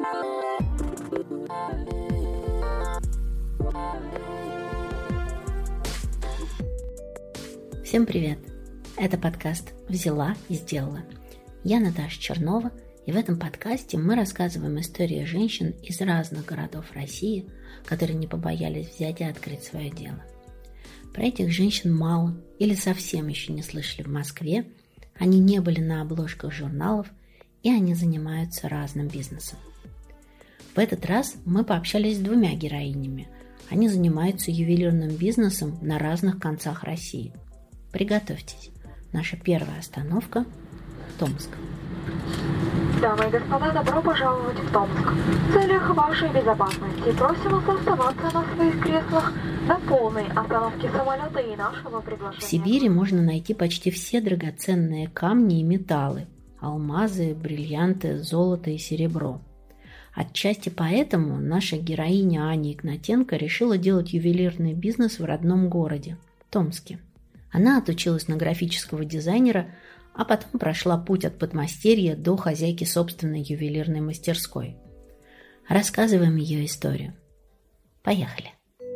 Всем привет! Это подкаст «Взяла и сделала». Я Наташа Чернова, и в этом подкасте мы рассказываем истории женщин из разных городов России, которые не побоялись взять и открыть свое дело. Про этих женщин мало или совсем еще не слышали в Москве, они не были на обложках журналов, и они занимаются разным бизнесом. В этот раз мы пообщались с двумя героинями. Они занимаются ювелирным бизнесом на разных концах России. Приготовьтесь. Наша первая остановка – Томск. Дамы и господа, добро пожаловать в Томск. В целях вашей безопасности просим вас оставаться на своих креслах до полной остановки самолета и нашего приглашения. В Сибири можно найти почти все драгоценные камни и металлы – алмазы, бриллианты, золото и серебро. Отчасти поэтому наша героиня Аня Игнатенко решила делать ювелирный бизнес в родном городе – Томске. Она отучилась на графического дизайнера, а потом прошла путь от подмастерья до хозяйки собственной ювелирной мастерской. Рассказываем ее историю. Поехали!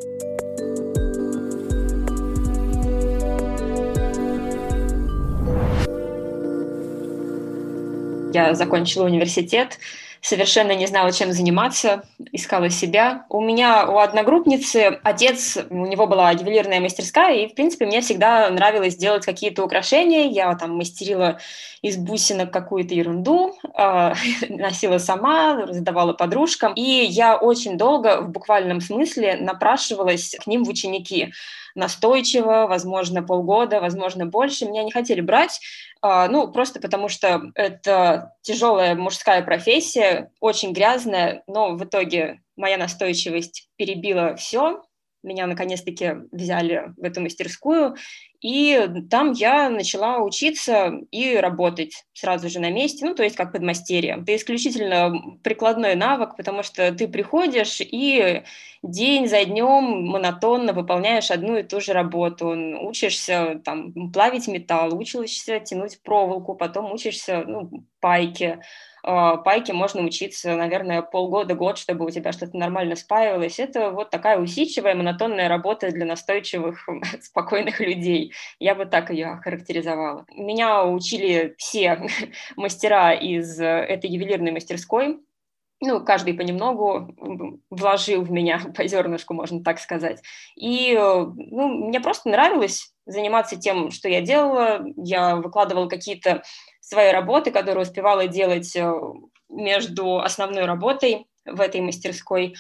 Я закончила университет, совершенно не знала, чем заниматься, искала себя. У одногруппницы отец, у него была ювелирная мастерская, и, в принципе, мне всегда нравилось делать какие-то украшения. Я там мастерила из бусинок какую-то ерунду, носила сама, раздавала подружкам. И я очень долго, в буквальном смысле, напрашивалась к ним в ученики. Настойчиво, возможно, полгода, возможно, больше. Меня не хотели брать, просто потому что это тяжелая мужская профессия, очень грязная, но в итоге моя настойчивость перебила все. Меня наконец-таки взяли в эту мастерскую, и там я начала учиться и работать сразу же на месте, то есть как подмастерье. Это исключительно прикладной навык, потому что ты приходишь и день за днем монотонно выполняешь одну и ту же работу. Учишься плавить металл, учишься тянуть проволоку, потом учишься пайке. Пайке можно учиться, наверное, полгода-год, чтобы у тебя что-то нормально спаивалось. Это вот такая усидчивая, монотонная работа для настойчивых, спокойных людей. Я бы так ее охарактеризовала. Меня учили все мастера из этой ювелирной мастерской. Каждый понемногу вложил в меня по зернышку, можно так сказать. И мне просто нравилось заниматься тем, что я делала. Я выкладывала какие-то свои работы, которые успевала делать между основной работой в этой мастерской,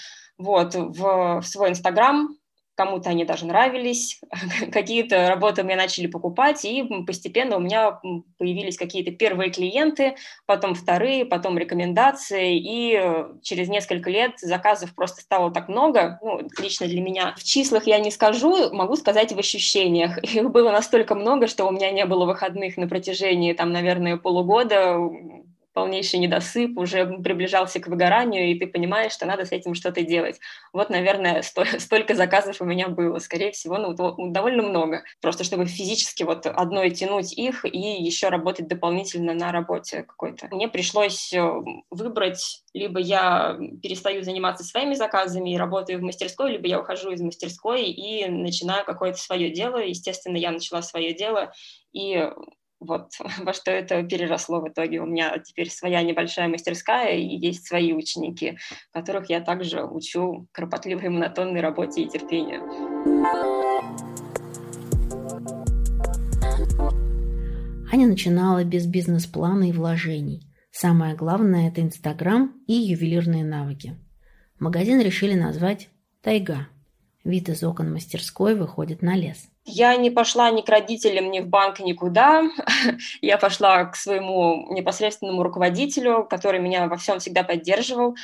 в свой Инстаграм. Кому-то они даже нравились, какие-то работы мне начали покупать, и постепенно у меня появились какие-то первые клиенты, потом вторые, потом рекомендации, и через несколько лет заказов просто стало так много, лично для меня. В числах я не скажу, могу сказать в ощущениях. Их было настолько много, что у меня не было выходных на протяжении, наверное, полугода. Полнейший недосып, уже приближался к выгоранию, и ты понимаешь, что надо с этим что-то делать. Наверное, столько заказов у меня было. Скорее всего, довольно много. Просто чтобы физически одной тянуть их и еще работать дополнительно на работе какой-то. Мне пришлось выбрать, либо я перестаю заниматься своими заказами и работаю в мастерской, либо я ухожу из мастерской и начинаю какое-то свое дело. Естественно, я начала свое дело, и во что это переросло в итоге. У меня теперь своя небольшая мастерская, и есть свои ученики, которых я также учу кропотливой, монотонной работе и терпению. Аня начинала без бизнес-плана и вложений. Самое главное – это Инстаграм и ювелирные навыки. Магазин решили назвать «Тайга». Вид из окон мастерской выходит на лес. Я не пошла ни к родителям, ни в банк, никуда. Я пошла к своему непосредственному руководителю, который меня во всем всегда поддерживал.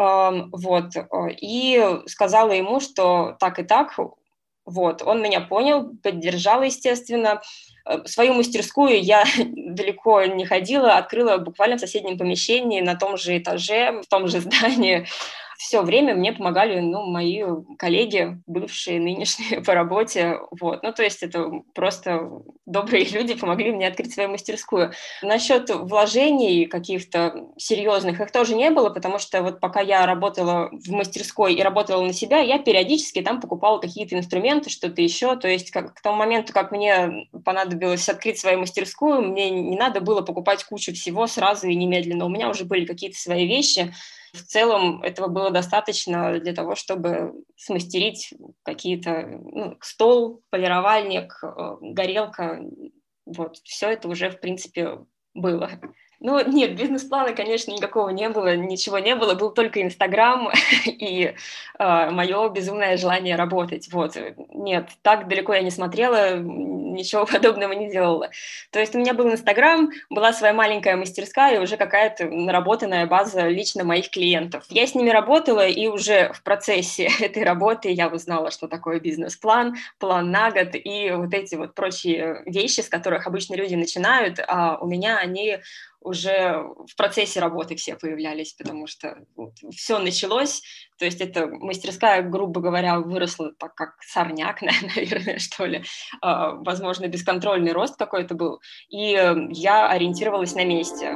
И сказала ему, что так и так. Он меня понял, поддержал, естественно. Свою мастерскую я далеко не ходила, открыла буквально в соседнем помещении, на том же этаже, в том же здании. все время мне помогали, мои коллеги, бывшие, нынешние по работе, вот. То есть это просто добрые люди помогли мне открыть свою мастерскую. Насчет вложений каких-то серьезных их тоже не было, потому что вот пока я работала в мастерской и работала на себя, я периодически там покупала какие-то инструменты, что-то еще. То есть к тому моменту, как мне понадобилось открыть свою мастерскую, мне не надо было покупать кучу всего сразу и немедленно. У меня уже были какие-то свои вещи. В целом этого было достаточно для того, чтобы смастерить какие-то стол, полировальник, горелка. Вот, все это уже, в принципе, было. Нет, бизнес-плана, конечно, никакого не было, ничего не было, был только Инстаграм и мое безумное желание работать. Вот. Нет, так далеко я не смотрела, ничего подобного не делала. То есть у меня был Инстаграм, была своя маленькая мастерская и уже какая-то наработанная база лично моих клиентов. Я с ними работала, и уже в процессе этой работы я узнала, что такое бизнес-план, план на год и вот эти вот прочие вещи, с которых обычно люди начинают, а у меня они уже в процессе работы все появлялись, потому что все началось, то есть эта мастерская, грубо говоря, выросла так, как сорняк, наверное, что ли, возможно, бесконтрольный рост какой-то был, и я ориентировалась на месте.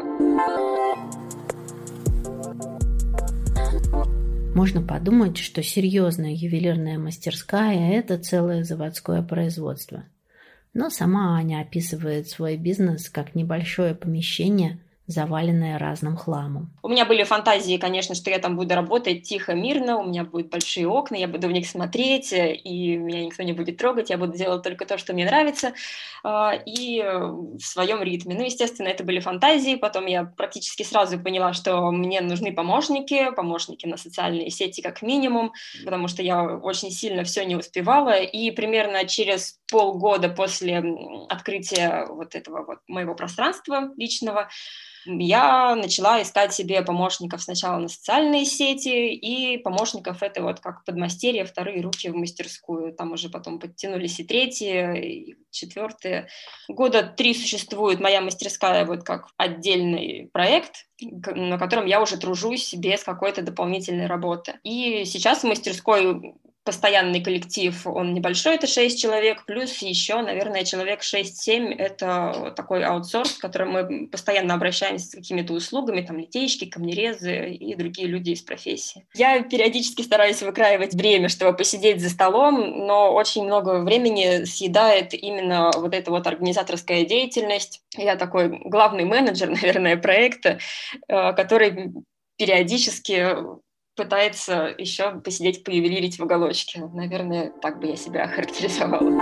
Можно подумать, что серьезная ювелирная мастерская – это целое заводское производство. Но сама Аня описывает свой бизнес как небольшое помещение, заваленное разным хламом. У меня были фантазии, конечно, что я там буду работать тихо, мирно, у меня будут большие окна, я буду в них смотреть, и меня никто не будет трогать, я буду делать только то, что мне нравится, и в своем ритме. Естественно, это были фантазии, потом я практически сразу поняла, что мне нужны помощники на социальные сети как минимум, потому что я очень сильно все не успевала, и примерно через полгода после открытия вот этого вот моего пространства личного я начала искать себе помощников сначала на социальные сети, и помощников это вот как подмастерья, вторые руки в мастерскую. Там уже потом подтянулись и третьи, и четвертые. 3 года существует моя мастерская вот как отдельный проект, на котором я уже тружусь без какой-то дополнительной работы. И сейчас в мастерской постоянный коллектив, он небольшой, это 6 человек, плюс еще, наверное, человек 6-7, это такой аутсорс, в котором мы постоянно обращаемся с какими-то услугами, там, литейщики, камнерезы и другие люди из профессии. Я периодически стараюсь выкраивать время, чтобы посидеть за столом, но очень много времени съедает именно вот эта вот организаторская деятельность. Я такой главный менеджер, наверное, проекта, который периодически пытается еще посидеть, поювелирить в уголочке. Наверное, так бы я себя охарактеризовала.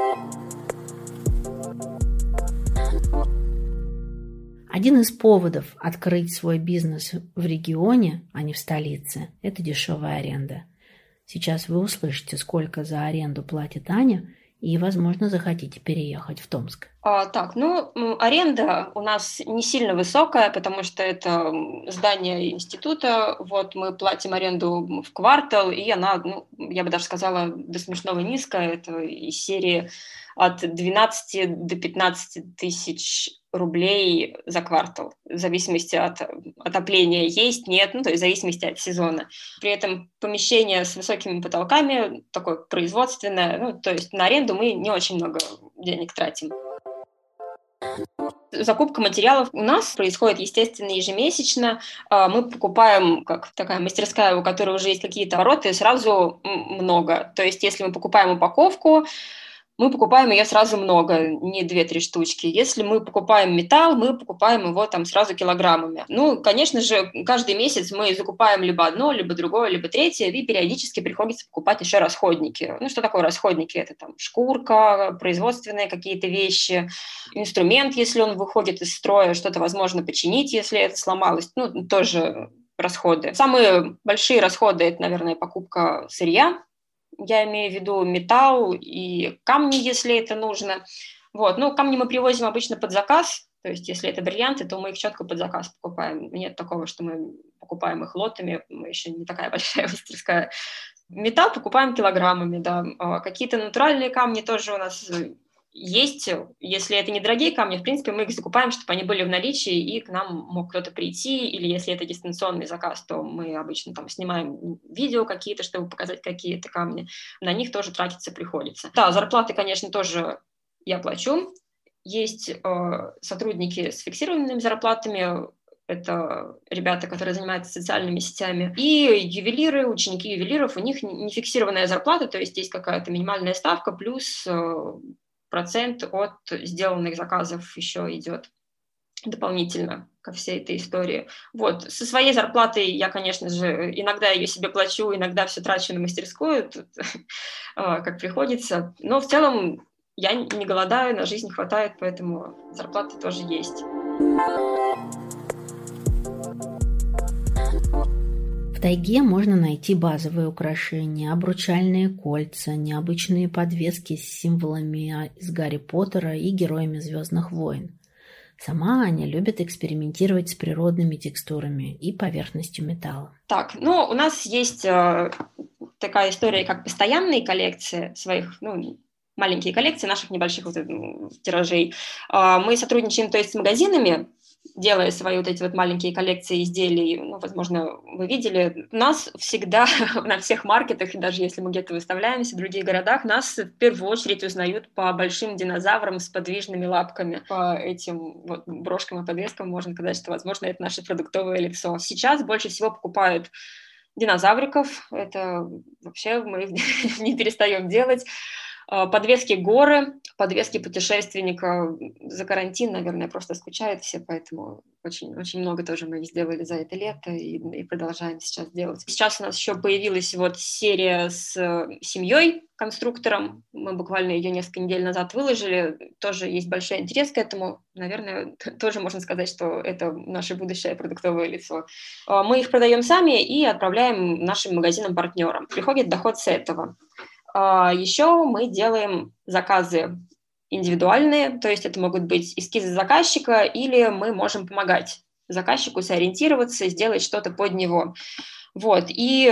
Один из поводов открыть свой бизнес в регионе, а не в столице, это дешевая аренда. Сейчас вы услышите, сколько за аренду платит Аня, и, возможно, захотите переехать в Томск. Аренда у нас не сильно высокая, потому что это здание института. Вот мы платим аренду в квартал, и она, я бы даже сказала, до смешного низкая. Это из серии от 12 до 15 тысяч рублей за квартал, в зависимости от отопления есть, нет, то есть в зависимости от сезона. При этом помещение с высокими потолками, такое производственное, то есть на аренду мы не очень много денег тратим. Закупка материалов у нас происходит, естественно, ежемесячно. Мы покупаем, как такая мастерская, у которой уже есть какие-то обороты, сразу много. То есть если мы покупаем упаковку, мы покупаем ее сразу много, не 2-3 штучки. Если мы покупаем металл, мы покупаем его там сразу килограммами. Конечно же, каждый месяц мы закупаем либо одно, либо другое, либо третье, и периодически приходится покупать еще расходники. Что такое расходники? Это там шкурка, производственные какие-то вещи, инструмент, если он выходит из строя, что-то возможно починить, если это сломалось, тоже расходы. Самые большие расходы – это, наверное, покупка сырья. Я имею в виду металл и камни, если это нужно. Камни мы привозим обычно под заказ. То есть, если это бриллианты, то мы их четко под заказ покупаем. Нет такого, что мы покупаем их лотами. Мы еще не такая большая мастерская. Металл покупаем килограммами, да. Какие-то натуральные камни тоже у нас есть, если это недорогие камни, в принципе, мы их закупаем, чтобы они были в наличии, и к нам мог кто-то прийти, или если это дистанционный заказ, то мы обычно там снимаем видео какие-то, чтобы показать какие-то камни. На них тоже тратиться приходится. Да, зарплаты, конечно, тоже я плачу. Есть сотрудники с фиксированными зарплатами, это ребята, которые занимаются социальными сетями, и ювелиры, ученики ювелиров, у них не фиксированная зарплата, то есть есть какая-то минимальная ставка, плюс процент от сделанных заказов еще идет дополнительно ко всей этой истории. Вот. Со своей зарплатой я, конечно же, иногда ее себе плачу, иногда все трачу на мастерскую, тут, как приходится. Но в целом я не голодаю, на жизнь хватает, поэтому зарплата тоже есть. В тайге можно найти базовые украшения, обручальные кольца, необычные подвески с символами из Гарри Поттера и героями «Звездных войн». Сама Аня любит экспериментировать с природными текстурами и поверхностью металла. Так, у нас есть такая история, как постоянные коллекции своих, маленькие коллекции наших небольших тиражей. Мы сотрудничаем, то есть, с магазинами, делая свои вот эти вот маленькие коллекции изделий, возможно, вы видели, нас всегда на всех маркетах, и даже если мы где-то выставляемся в других городах, нас в первую очередь узнают по большим динозаврам с подвижными лапками. По этим вот брошкам и подвескам можно сказать, что, возможно, это наше продуктовое лицо. Сейчас больше всего покупают динозавриков, это вообще мы не перестаем делать. Подвески горы, подвески путешественника. За карантин, наверное, просто скучают все, поэтому очень, очень много тоже мы сделали за это лето и продолжаем сейчас делать. Сейчас у нас еще появилась вот серия с семьей, конструктором. Мы буквально ее несколько недель назад выложили. Тоже есть большой интерес к этому. Наверное, тоже можно сказать, что это наше будущее продуктовое лицо. Мы их продаем сами и отправляем нашим магазинам-партнерам. Приходит доход с этого. Еще мы делаем заказы индивидуальные, то есть это могут быть эскизы заказчика, или мы можем помогать заказчику сориентироваться, сделать что-то под него. Вот. И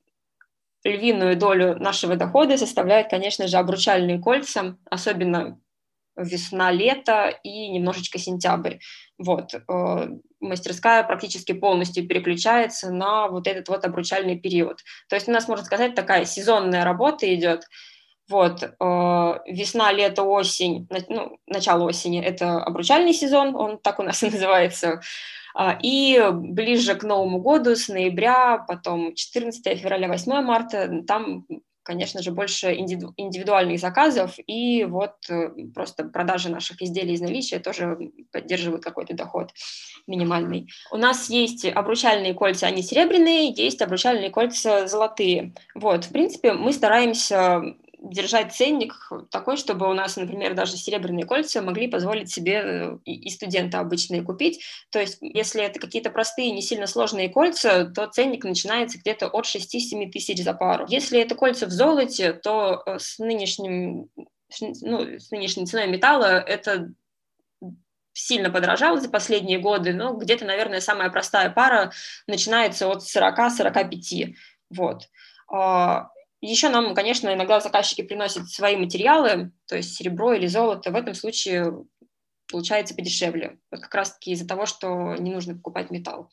львиную долю нашего дохода составляют, конечно же, обручальные кольца, особенно весна, лето и немножечко сентябрь. Вот. Мастерская практически полностью переключается на вот этот вот обручальный период. То есть у нас, можно сказать, такая сезонная работа идет. Вот. Весна, лето, осень, начало осени – это обручальный сезон, он так у нас и называется. И ближе к Новому году, с ноября, потом 14 февраля, 8 марта, там, конечно же, больше индивидуальных заказов, и вот просто продажи наших изделий из наличия тоже поддерживают какой-то доход минимальный. У нас есть обручальные кольца, они серебряные, есть обручальные кольца золотые. Вот, в принципе, мы стараемся держать ценник такой, чтобы у нас, например, даже серебряные кольца могли позволить себе и студенты обычные купить. То есть, если это какие-то простые, не сильно сложные кольца, то ценник начинается где-то от 6-7 тысяч за пару. Если это кольца в золоте, то с нынешней ценой металла это сильно подорожало за последние годы, но где-то, наверное, самая простая пара начинается от 40-45. Вот. Еще нам, конечно, иногда заказчики приносят свои материалы, то есть серебро или золото. В этом случае получается подешевле. Вот как раз-таки из-за того, что не нужно покупать металл.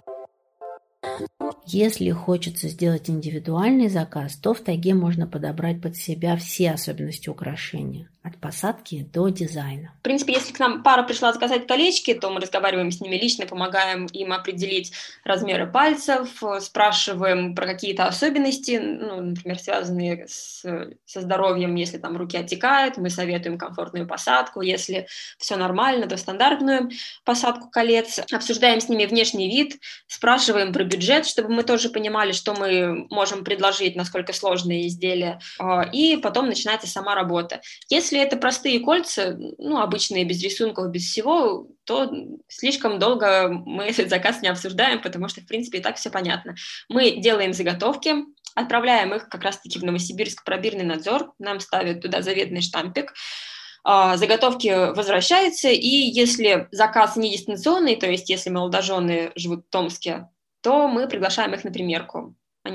Если хочется сделать индивидуальный заказ, то в тайге можно подобрать под себя все особенности украшения, от посадки до дизайна. В принципе, если к нам пара пришла заказать колечки, то мы разговариваем с ними лично, помогаем им определить размеры пальцев, спрашиваем про какие-то особенности, например, связанные со здоровьем. Если там руки отекают, мы советуем комфортную посадку. Если все нормально, то стандартную посадку колец. Обсуждаем с ними внешний вид, спрашиваем про бюджет, чтобы мы тоже понимали, что мы можем предложить, насколько сложные изделия, и потом начинается сама работа. Если это простые кольца, обычные, без рисунков, без всего, то слишком долго мы этот заказ не обсуждаем, потому что, в принципе, и так все понятно. Мы делаем заготовки, отправляем их как раз-таки в Новосибирск пробирный надзор, нам ставят туда заветный штампик, заготовки возвращаются, и если заказ не дистанционный, то есть если молодожены живут в Томске, то мы приглашаем их на примерку. Они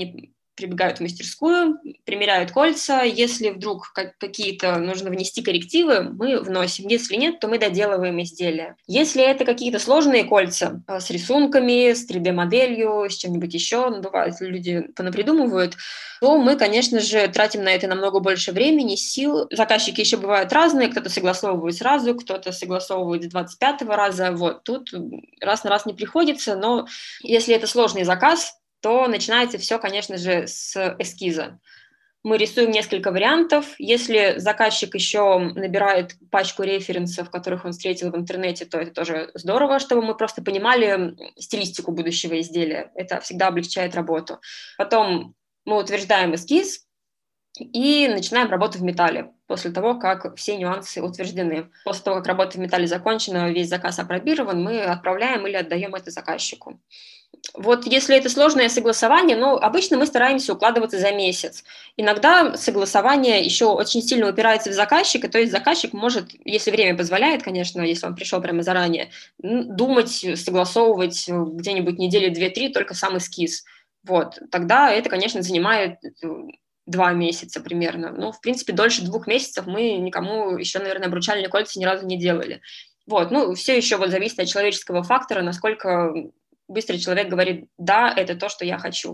прибегают в мастерскую, примеряют кольца. Если вдруг какие-то нужно внести коррективы, мы вносим. Если нет, то мы доделываем изделие. Если это какие-то сложные кольца с рисунками, с 3D-моделью, с чем-нибудь еще, бывает, люди понапридумывают, то мы, конечно же, тратим на это намного больше времени, сил. Заказчики еще бывают разные, кто-то согласовывает сразу, кто-то согласовывает с 25-го раза. Вот, тут раз на раз не приходится, но если это сложный заказ, то начинается все, конечно же, с эскиза. Мы рисуем несколько вариантов. Если заказчик еще набирает пачку референсов, которых он встретил в интернете, то это тоже здорово, чтобы мы просто понимали стилистику будущего изделия. Это всегда облегчает работу. Потом мы утверждаем эскиз и начинаем работу в металле после того, как все нюансы утверждены. После того, как работа в металле закончена, весь заказ апробирован, мы отправляем или отдаем это заказчику. Вот если это сложное согласование, обычно мы стараемся укладываться за месяц. Иногда согласование еще очень сильно упирается в заказчика, то есть заказчик может, если время позволяет, конечно, если он пришел прямо заранее, думать, согласовывать где-нибудь недели 2-3 только сам эскиз. Вот, тогда это, конечно, занимает 2 месяца примерно. В принципе, дольше 2 месяцев мы никому еще, наверное, обручальные кольца ни разу не делали. Вот, все еще зависит от человеческого фактора, насколько быстро человек говорит: да, это то, что я хочу.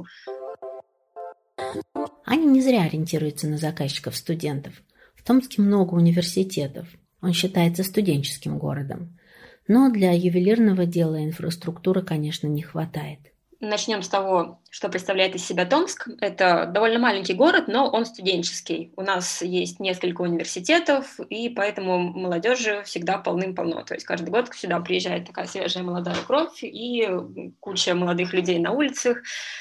Аня не зря ориентируется на заказчиков-студентов. В Томске много университетов. Он считается студенческим городом. Но для ювелирного дела инфраструктуры, конечно, не хватает. Начнем с того, что представляет из себя Томск. Это довольно маленький город, но он студенческий. У нас есть несколько университетов, и поэтому молодежи всегда полным-полно. То есть каждый год сюда приезжает такая свежая молодая кровь и куча молодых людей на улицах,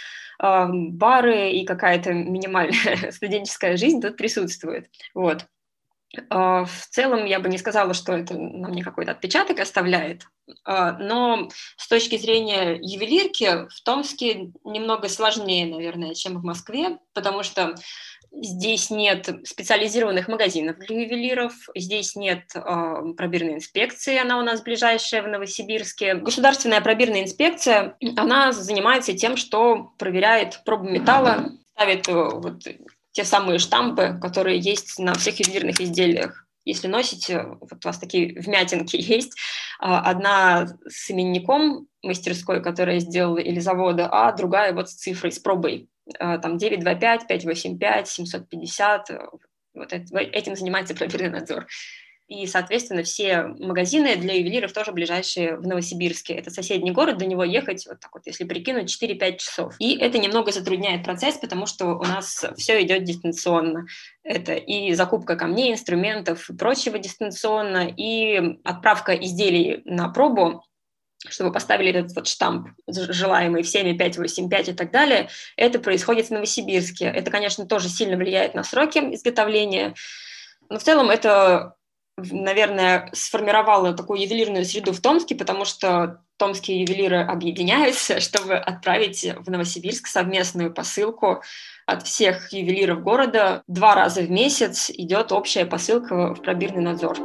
бары и какая-то минимальная студенческая жизнь тут присутствует. Вот. В целом я бы не сказала, что это на мне какой-то отпечаток оставляет, но с точки зрения ювелирки в Томске немного сложнее, наверное, чем в Москве, потому что здесь нет специализированных магазинов для ювелиров, здесь нет пробирной инспекции, она у нас ближайшая в Новосибирске. Государственная пробирная инспекция, она занимается тем, что проверяет пробу металла, ставит те самые штампы, которые есть на всех ювелирных изделиях. Если носите, у вас такие вмятинки есть, одна с именником мастерской, которая сделала, или завода, а другая с цифрой, с пробой. Там 925, 585, 750. Этим занимается пробирный надзор. И, соответственно, все магазины для ювелиров тоже ближайшие в Новосибирске. Это соседний город, до него ехать, если прикинуть, 4-5 часов. И это немного затрудняет процесс, потому что у нас все идет дистанционно. Это и закупка камней, инструментов и прочего дистанционно, и отправка изделий на пробу, чтобы поставили этот штамп, желаемый всеми 585 и так далее. Это происходит в Новосибирске. Это, конечно, тоже сильно влияет на сроки изготовления, но в целом это, наверное, сформировало такую ювелирную среду в Томске, потому что томские ювелиры объединяются, чтобы отправить в Новосибирск совместную посылку от всех ювелиров города. 2 раза в месяц идет общая посылка в пробирный надзор.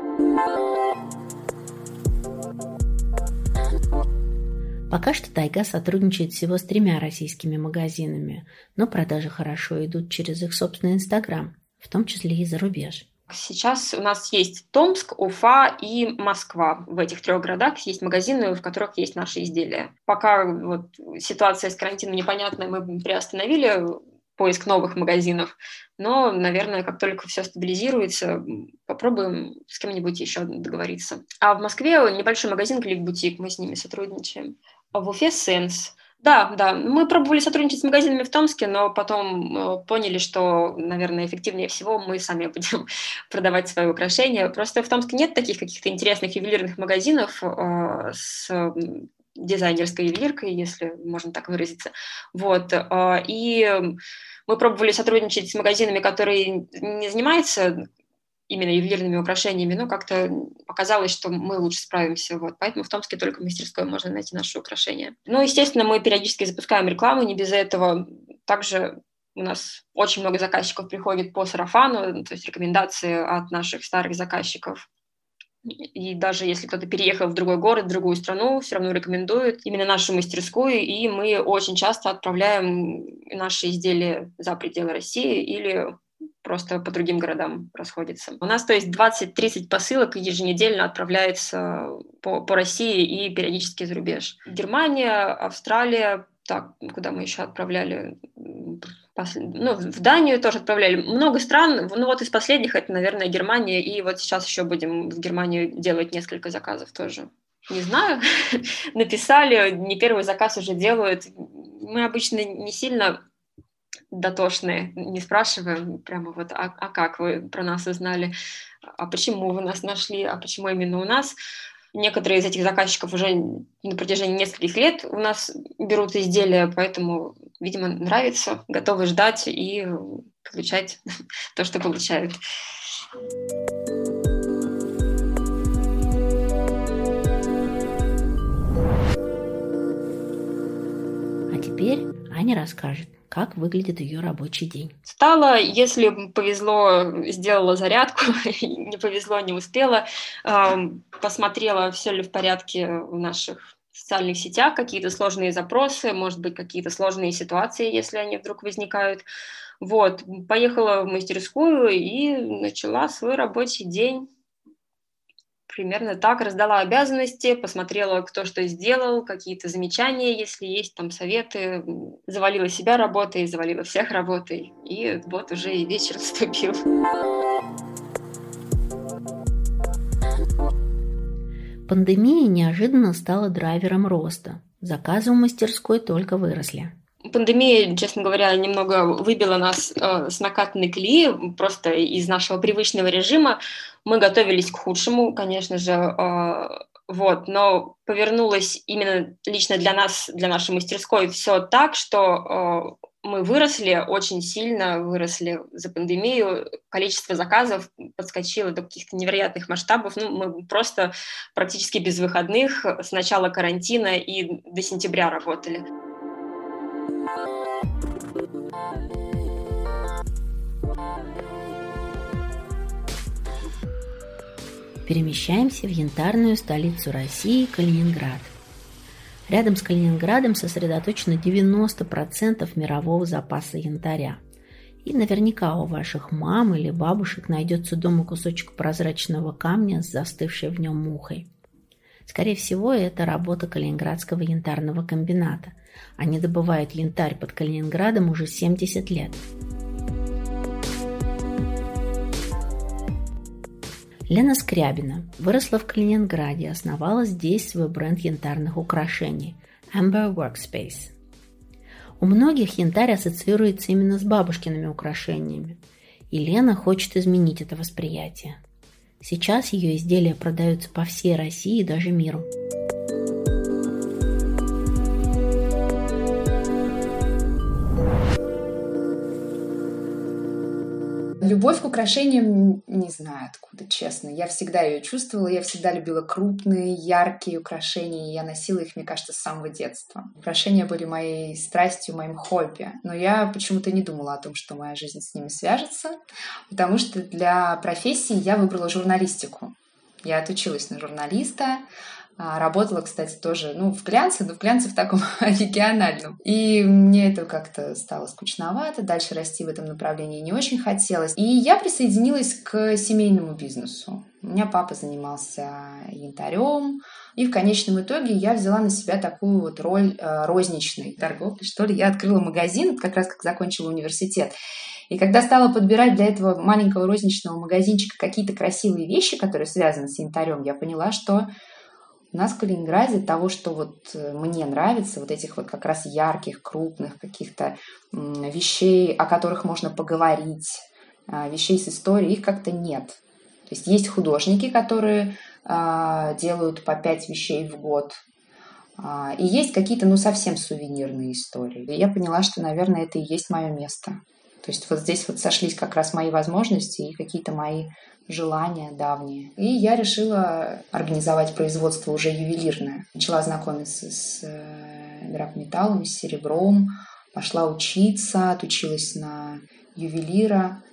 Пока что Тайга сотрудничает всего с 3 российскими магазинами, но продажи хорошо идут через их собственный Инстаграм, в том числе и за рубеж. Сейчас у нас есть Томск, Уфа и Москва. В этих 3 городах есть магазины, в которых есть наши изделия. Пока ситуация с карантином непонятная, мы приостановили поиск новых магазинов, но, наверное, как только все стабилизируется, попробуем с кем-нибудь еще договориться. А в Москве небольшой магазин «Клик-бутик», мы с ними сотрудничаем. А в Уфе «Сенс». Да, мы пробовали сотрудничать с магазинами в Томске, но потом поняли, что, наверное, эффективнее всего мы сами будем продавать свои украшения. Просто в Томске нет таких каких-то интересных ювелирных магазинов с дизайнерской ювелиркой, если можно так выразиться. И мы пробовали сотрудничать с магазинами, которые не занимаются именно ювелирными украшениями, но как-то показалось, что мы лучше справимся. Поэтому в Томске только в мастерской можно найти наши украшения. Естественно, мы периодически запускаем рекламу, не без этого. Также у нас очень много заказчиков приходит по сарафану, то есть рекомендации от наших старых заказчиков. И даже если кто-то переехал в другой город, в другую страну, все равно рекомендуют именно нашу мастерскую, и мы очень часто отправляем наши изделия за пределы России или просто по другим городам расходятся. У нас, то есть, 20-30 посылок еженедельно отправляется по России и периодически за рубеж. Германия, Австралия, так, куда мы еще отправляли? В Данию тоже отправляли. Много стран, вот из последних это, наверное, Германия, и вот сейчас еще будем в Германию делать несколько заказов тоже. Не знаю, написали, не первый заказ уже делают. Мы обычно не сильно дотошные, не спрашиваем прямо вот, а как вы про нас узнали, а почему вы нас нашли, а почему именно у нас. Некоторые из этих заказчиков уже на протяжении нескольких лет у нас берут изделия, поэтому, видимо, нравится, готовы ждать и получать то, что получают. А теперь Аня расскажет, как выглядит ее рабочий день. Встала, если повезло, сделала зарядку, не повезло, не успела, посмотрела, все ли в порядке в наших социальных сетях, какие-то сложные запросы, может быть, какие-то сложные ситуации, если они вдруг возникают. Вот, поехала в мастерскую и начала свой рабочий день. Примерно так, раздала обязанности, посмотрела, кто что сделал, какие-то замечания, если есть там советы, завалила себя работой, завалила всех работой, и вот уже и вечер наступил. Пандемия неожиданно стала драйвером роста. Заказы в мастерской только выросли. Пандемия, честно говоря, немного выбила нас с накатанной колеи, просто из нашего привычного режима. Мы готовились к худшему, конечно же, но повернулось именно лично для нас, для нашей мастерской, все так, что мы выросли, очень сильно выросли за пандемию, количество заказов подскочило до каких-то невероятных масштабов, мы просто практически без выходных с начала карантина и до сентября работали. Перемещаемся в янтарную столицу России, Калининград. Рядом с Калининградом сосредоточено 90% мирового запаса янтаря. И наверняка у ваших мам или бабушек найдется дома кусочек прозрачного камня с застывшей в нем мухой. Скорее всего, это работа Калининградского янтарного комбината. Они добывают янтарь под Калининградом уже 70 лет. Лена Скрябина выросла в Калининграде и основала здесь свой бренд янтарных украшений Amber Workspace. У многих янтарь ассоциируется именно с бабушкиными украшениями, и Лена хочет изменить это восприятие. Сейчас ее изделия продаются по всей России и даже миру. Любовь к украшениям не знаю откуда, честно. Я всегда ее чувствовала, я всегда любила крупные, яркие украшения, и я носила их, мне кажется, с самого детства. Украшения были моей страстью, моим хобби, но я почему-то не думала о том, что моя жизнь с ними свяжется, потому что для профессии я выбрала журналистику. Я отучилась на журналиста, работала, кстати, тоже в глянце, но в глянце в таком региональном. И мне это как-то стало скучновато, дальше расти в этом направлении не очень хотелось. И я присоединилась к семейному бизнесу. У меня папа занимался янтарем, и в конечном итоге я взяла на себя такую вот роль розничной торговли, что ли. Я открыла магазин, как раз как закончила университет. И когда стала подбирать для этого маленького розничного магазинчика какие-то красивые вещи, которые связаны с янтарем, я поняла, что у нас в Калининграде того, что вот мне нравится, вот этих вот как раз ярких, крупных каких-то вещей, о которых можно поговорить, вещей с историей, их как-то нет. То есть есть художники, которые делают по 5 вещей в год, и есть какие-то, совсем сувенирные истории. И я поняла, что, наверное, это и есть мое место. То есть вот здесь вот сошлись как раз мои возможности и какие-то мои желания давние. И я решила организовать производство уже ювелирное. Начала знакомиться с драгметаллом, с серебром, пошла учиться, отучилась на ювелира.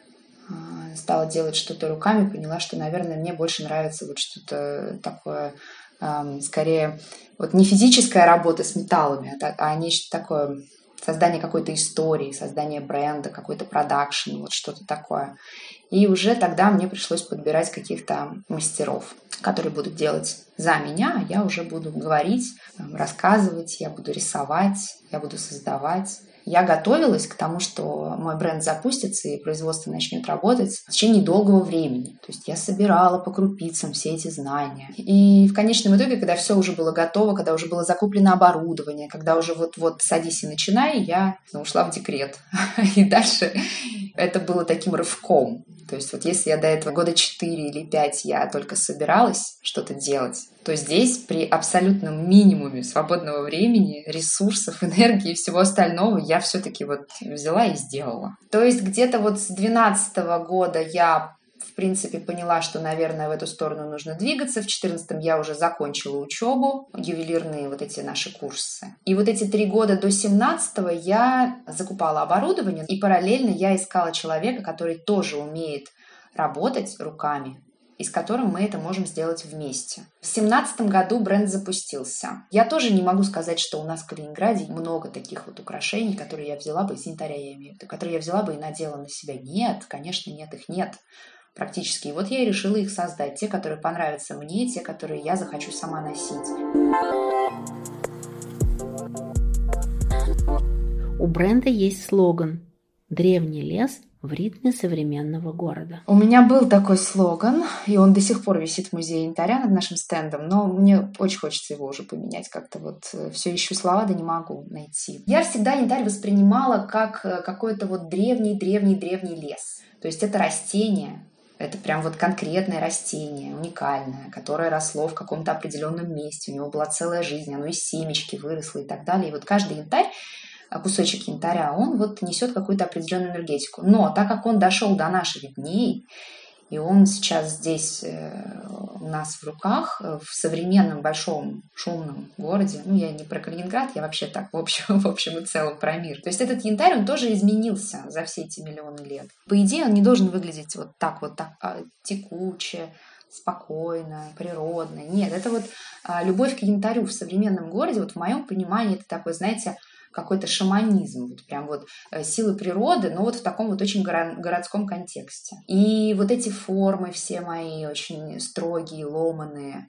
стала делать что-то руками, поняла, что, наверное, мне больше нравится вот что-то такое, скорее, вот не физическая работа с металлами, а нечто такое, создание какой-то истории, создание бренда, какой-то продакшн, вот что-то такое. И уже тогда мне пришлось подбирать каких-то мастеров, которые будут делать за меня, а я уже буду говорить, рассказывать, я буду рисовать, я буду создавать. Я готовилась к тому, что мой бренд запустится и производство начнет работать в течение долгого времени. То есть я собирала по крупицам все эти знания. И в конечном итоге, когда все уже было готово, когда уже было закуплено оборудование, когда уже вот садись и начинай, я ушла в декрет. И дальше это было таким рывком. То есть вот если я до этого года 4 или 5 я только собиралась что-то делать, то здесь при абсолютном минимуме свободного времени, ресурсов, энергии и всего остального я все-таки вот взяла и сделала. То есть где-то вот с 2012 года я в принципе поняла, что, наверное, в эту сторону нужно двигаться. В 2014 я уже закончила учебу, ювелирные вот эти наши курсы. И вот эти 3 года до 2017 я закупала оборудование, и параллельно я искала человека, который тоже умеет работать руками, и с которым мы это можем сделать вместе. В 2017 году бренд запустился. Я тоже не могу сказать, что у нас в Калининграде много таких вот украшений, которые я взяла бы, из янтаря я имею в виду, которые я взяла бы и надела на себя. Нет, конечно, нет, их нет практически. И вот я и решила их создать. Те, которые понравятся мне, те, которые я захочу сама носить. У бренда есть слоган «Древний лес в ритме современного города». У меня был такой слоган, и он до сих пор висит в музее янтаря над нашим стендом, но мне очень хочется его уже поменять. Как-то вот все ищу слова, да не могу найти. Я всегда янтарь воспринимала как какой-то вот древний лес. То есть это растение, это прям вот конкретное растение, уникальное, которое росло в каком-то определенном месте. У него была целая жизнь, оно из семечки выросло и так далее. И вот каждый янтарь, кусочек янтаря, он вот несет какую-то определенную энергетику. Но так как он дошел до наших дней, и он сейчас здесь у нас в руках, в современном большом шумном городе, я не про Калининград, я вообще так в общем и целом про мир. То есть этот янтарь, он тоже изменился за все эти миллионы лет. По идее, он не должен выглядеть вот так текуче, спокойно, природно. Нет, это вот любовь к янтарю в современном городе, вот в моем понимании, это такой, знаете, какой-то шаманизм, вот прям вот силы природы, но вот в таком вот очень городском контексте. И вот эти формы все мои очень строгие, ломаные,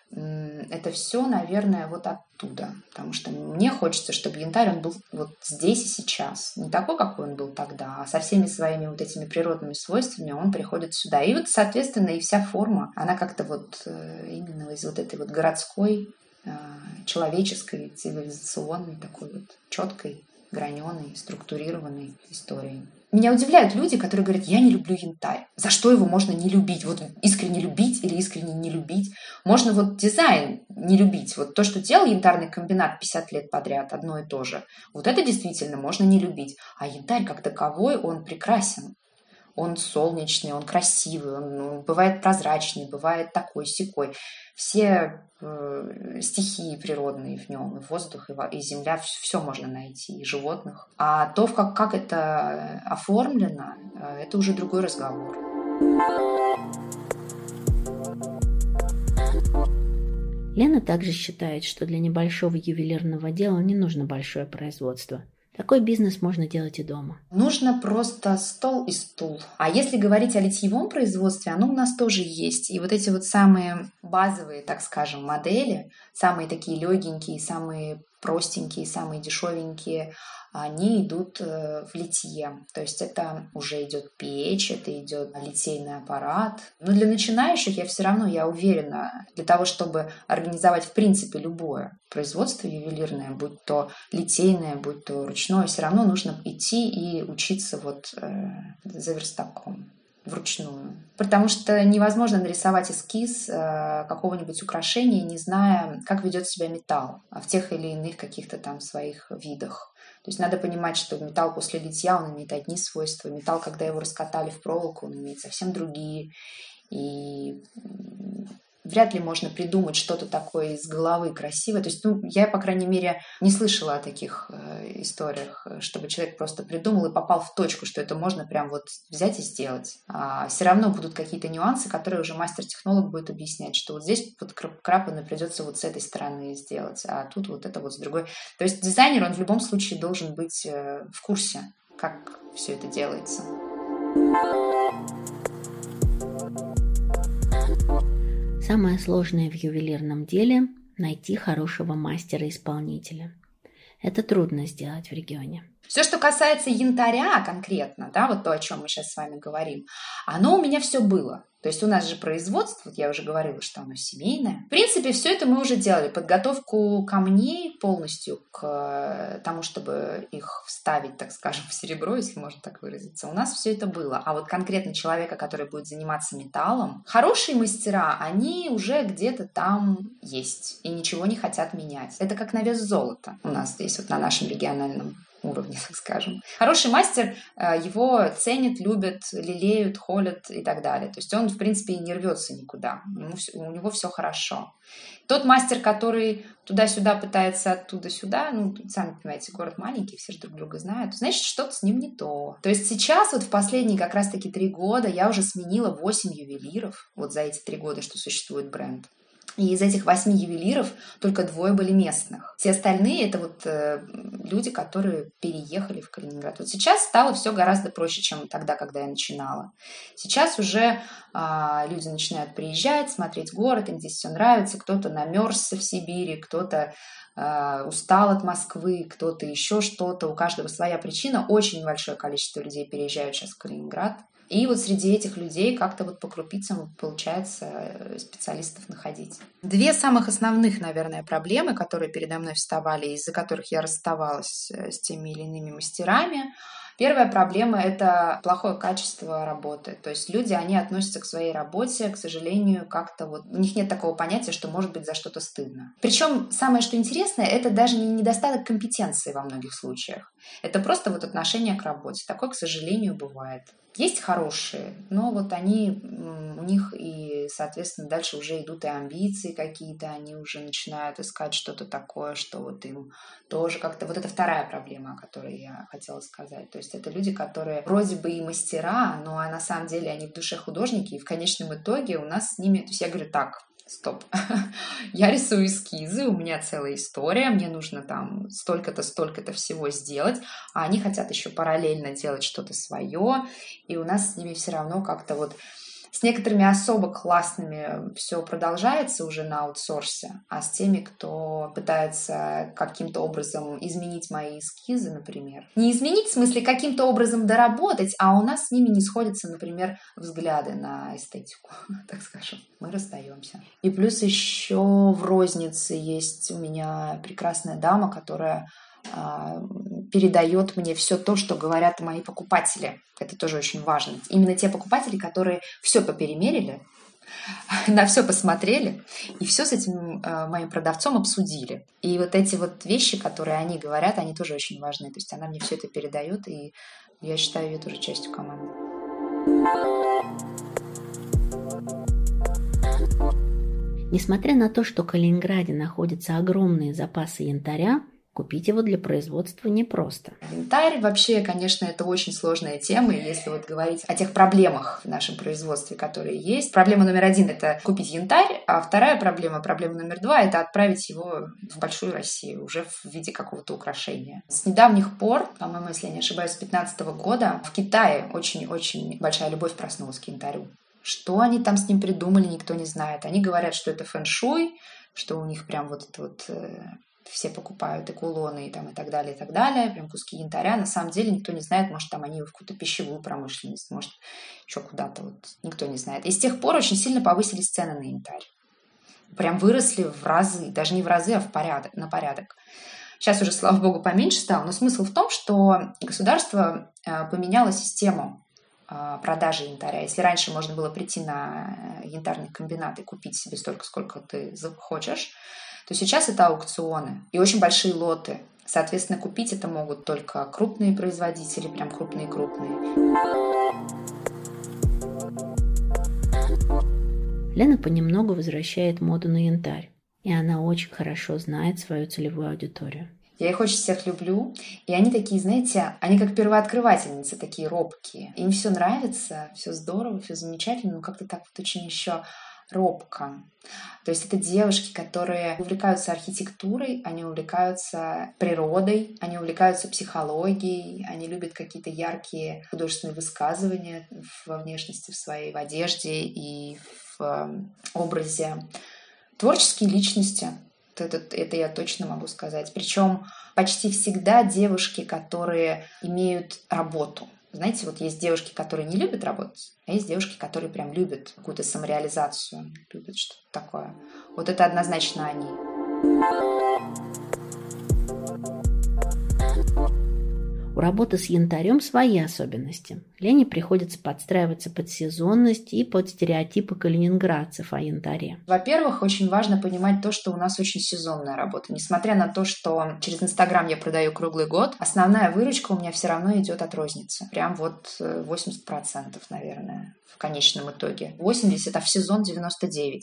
это все, наверное, вот оттуда. Потому что мне хочется, чтобы янтарь, он был вот здесь и сейчас. Не такой, какой он был тогда, а со всеми своими вот этими природными свойствами он приходит сюда. И вот, соответственно, и вся форма, она как-то вот именно из вот этой вот городской, человеческой, цивилизационной, такой вот четкой, граненой, структурированной истории. Меня удивляют люди, которые говорят: я не люблю янтарь. За что его можно не любить? Вот искренне любить или искренне не любить? Можно вот дизайн не любить. Вот то, что делал янтарный комбинат 50 лет подряд, одно и то же. Вот это действительно можно не любить. А янтарь как таковой, он прекрасен. Он солнечный, он красивый, он бывает прозрачный, бывает такой-сякой. Все стихии природные в нем, и воздух, и земля, все можно найти, и животных. А то, как это оформлено, это уже другой разговор. Лена также считает, что для небольшого ювелирного дела не нужно большое производство. Такой бизнес можно делать и дома. Нужно просто стол и стул. А если говорить о литьевом производстве, оно у нас тоже есть. И вот эти вот самые базовые, так скажем, модели, самые такие легенькие, самые простенькие, самые дешевенькие, они идут в литье. То есть это уже идет печь, это идет литейный аппарат. Но для начинающих я уверена, для того, чтобы организовать в принципе любое производство ювелирное, будь то литейное, будь то ручное, все равно нужно идти и учиться за верстаком вручную. Потому что невозможно нарисовать эскиз какого-нибудь украшения, не зная, как ведет себя металл в тех или иных каких-то там своих видах. То есть надо понимать, что металл после литья, он имеет одни свойства. Металл, когда его раскатали в проволоку, он имеет совсем другие. И вряд ли можно придумать что-то такое из головы красивое. То есть, я, по крайней мере, не слышала о таких историях, чтобы человек просто придумал и попал в точку, что это можно прям вот взять и сделать. Все равно будут какие-то нюансы, которые уже мастер-технолог будет объяснять, что вот здесь вот крапаны придется вот с этой стороны сделать, а тут вот это вот с другой. То есть дизайнер, он в любом случае должен быть в курсе, как все это делается. Самое сложное в ювелирном деле – найти хорошего мастера-исполнителя. Это трудно сделать в регионе. Все, что касается янтаря конкретно, да, вот то, о чем мы сейчас с вами говорим, оно у меня все было. То есть у нас же производство, вот я уже говорила, что оно семейное. В принципе, все это мы уже делали. Подготовку камней полностью к тому, чтобы их вставить, так скажем, в серебро, если можно так выразиться. У нас все это было. А вот конкретно человека, который будет заниматься металлом, хорошие мастера, они уже где-то там есть и ничего не хотят менять. Это как на вес золота у нас здесь, вот на нашем региональном уровне, так скажем. Хороший мастер, его ценят, любят, лелеют, холят и так далее. То есть он, в принципе, и не рвется никуда. У него все хорошо. Тот мастер, который туда-сюда пытается, оттуда-сюда, сами понимаете, город маленький, все же друг друга знают, значит, что-то с ним не то. То есть сейчас, вот в последние как раз-таки 3 года, я уже сменила 8 ювелиров, вот за эти 3 года, что существует бренд. И из этих 8 ювелиров только 2 были местных. Все остальные — это вот люди, которые переехали в Калининград. Вот сейчас стало все гораздо проще, чем тогда, когда я начинала. Сейчас уже люди начинают приезжать, смотреть город, им здесь все нравится. Кто-то намерзся в Сибири, кто-то устал от Москвы, кто-то еще что-то. У каждого своя причина. Очень большое количество людей переезжают сейчас в Калининград. И вот среди этих людей как-то вот по крупицам получается специалистов находить. 2 самых основных, наверное, проблемы, которые передо мной вставали, из-за которых я расставалась с теми или иными мастерами. Первая проблема – это плохое качество работы. То есть люди, они относятся к своей работе, к сожалению, как-то вот… У них нет такого понятия, что может быть за что-то стыдно. Причем самое, что интересное, это даже не недостаток компетенции во многих случаях. Это просто вот отношение к работе. Такое, к сожалению, бывает. Есть хорошие, но вот у них и, соответственно, дальше уже идут и амбиции какие-то, они уже начинают искать что-то такое, что вот им тоже как-то… Вот это вторая проблема, о которой я хотела сказать. То есть это люди, которые вроде бы и мастера, но на самом деле они в душе художники, и в конечном итоге у нас с ними… То есть я говорю так… Стоп. Я рисую эскизы, у меня целая история, мне нужно там столько-то всего сделать, а они хотят еще параллельно делать что-то свое, и у нас с ними все равно как-то вот с некоторыми особо классными все продолжается уже на аутсорсе, а с теми, кто пытается каким-то образом изменить мои эскизы, например. Не изменить, в смысле каким-то образом доработать, а у нас с ними не сходятся, например, взгляды на эстетику, так скажем. Мы расстаемся. И плюс еще в рознице есть у меня прекрасная дама, которая передает мне все то, что говорят мои покупатели. Это тоже очень важно. Именно те покупатели, которые все поперемерили, на все посмотрели и все с этим моим продавцом обсудили. И вот эти вот вещи, которые они говорят, они тоже очень важны. То есть она мне все это передает, и я считаю ее тоже частью команды. Несмотря на то, что в Калининграде находятся огромные запасы янтаря, купить его для производства непросто. Янтарь вообще, конечно, это очень сложная тема, если вот говорить о тех проблемах в нашем производстве, которые есть. Проблема номер 1 – это купить янтарь, а вторая проблема номер 2 – это отправить его в большую Россию уже в виде какого-то украшения. С недавних пор, по-моему, если я не ошибаюсь, с 2015 года в Китае очень-очень большая любовь проснулась к янтарю. Что они там с ним придумали, никто не знает. Они говорят, что это фэн-шуй, что у них прям вот это вот… все покупают и кулоны, и так далее, прям куски янтаря. На самом деле никто не знает, может, там они в какую-то пищевую промышленность, может, еще куда-то, вот никто не знает. И с тех пор очень сильно повысились цены на янтарь. Прям выросли в разы, даже не в разы, а на порядок. Сейчас уже, слава богу, поменьше стало, но смысл в том, что государство поменяло систему продажи янтаря. Если раньше можно было прийти на янтарный комбинат и купить себе столько, сколько ты захочешь, то сейчас это аукционы и очень большие лоты. Соответственно, купить это могут только крупные производители, прям крупные-крупные. Лена понемногу возвращает моду на янтарь, и она очень хорошо знает свою целевую аудиторию. Я их очень всех люблю, и они такие, знаете, они как первооткрывательницы, такие робкие. Им все нравится, все здорово, все замечательно, но как-то так вот очень еще робко. То есть это девушки, которые увлекаются архитектурой, они увлекаются природой, они увлекаются психологией, они любят какие-то яркие художественные высказывания во внешности, в своей в одежде и в образе. Творческие личности. Это я точно могу сказать. Причем почти всегда девушки, которые имеют работу. Знаете, вот есть девушки, которые не любят работать, а есть девушки, которые прям любят какую-то самореализацию, любят что-то такое. Вот это однозначно они. У работы с янтарем свои особенности. Лене приходится подстраиваться под сезонность и под стереотипы калининградцев о янтаре. Во-первых, очень важно понимать то, что у нас очень сезонная работа. Несмотря на то, что через Инстаграм я продаю круглый год, основная выручка у меня все равно идет от розницы. Прям вот 80%, наверное, в конечном итоге. 80%, а в сезон 99%.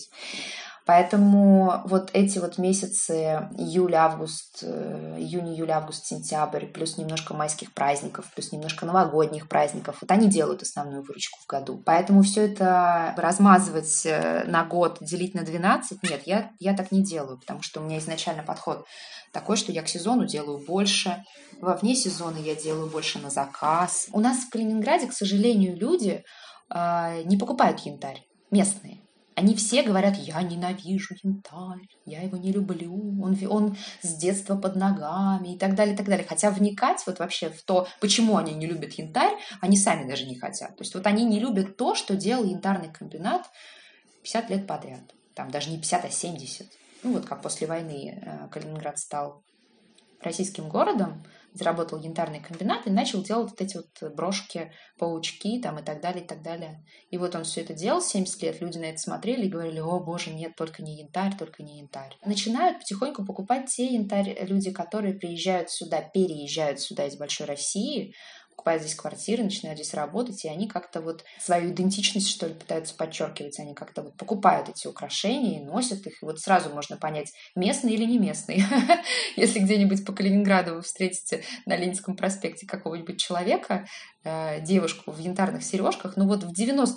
Поэтому вот эти вот месяцы июль, август, июнь, июль, август, сентябрь, плюс немножко майских праздников, плюс немножко новогодних праздников, вот они делают основную выручку в году. Поэтому все это размазывать на год, делить на 12, нет, я так не делаю, потому что у меня изначально подход такой, что я к сезону делаю больше, во вне сезона я делаю больше на заказ. У нас в Калининграде, к сожалению, люди не покупают янтарь, местные. Они все говорят: я ненавижу янтарь, я его не люблю, он с детства под ногами и так далее, и так далее. Хотя вникать вот вообще в то, почему они не любят янтарь, они сами даже не хотят. То есть вот они не любят то, что делал янтарный комбинат 50 лет подряд. Там даже не 50, а 70. Ну вот как после войны Калининград стал российским городом, заработал янтарный комбинат и начал делать вот эти вот брошки, паучки там и так далее, и так далее. И вот он все это делал 70 лет, люди на это смотрели и говорили: о боже, нет, только не янтарь, только не янтарь. Начинают потихоньку покупать те янтарь люди, которые переезжают сюда из большой России, покупают здесь квартиры, начинают здесь работать, и они как-то вот свою идентичность, что ли, пытаются подчеркивать. Они как-то вот покупают эти украшения и носят их. И вот сразу можно понять, местный или не местный. Если где-нибудь по Калининграду вы встретите на Ленинском проспекте какого-нибудь человека, девушку в янтарных сережках, ну вот в